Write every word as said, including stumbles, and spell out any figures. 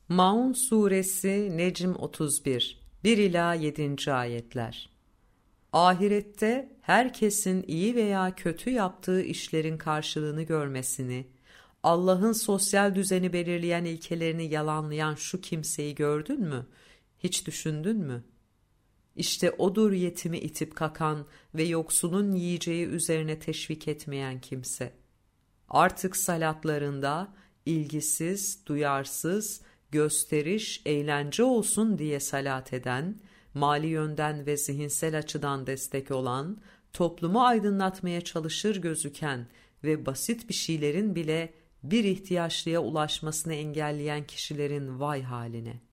Maun Suresi Necm otuz bir bir ila yedinci ayetler. Ahirette herkesin iyi veya kötü yaptığı işlerin karşılığını görmesini, Allah'ın sosyal düzeni belirleyen ilkelerini yalanlayan şu kimseyi gördün mü? Hiç düşündün mü? İşte odur yetimi itip kakan ve yoksulun yiyeceği üzerine teşvik etmeyen kimse. Artık salatlarında ilgisiz, duyarsız, gösteriş, eğlence olsun diye salat eden, mali yönden ve zihinsel açıdan destek olan, toplumu aydınlatmaya çalışır gözüken ve basit bir şeylerin bile bir ihtiyaçlıya ulaşmasını engelleyen kişilerin vay haline.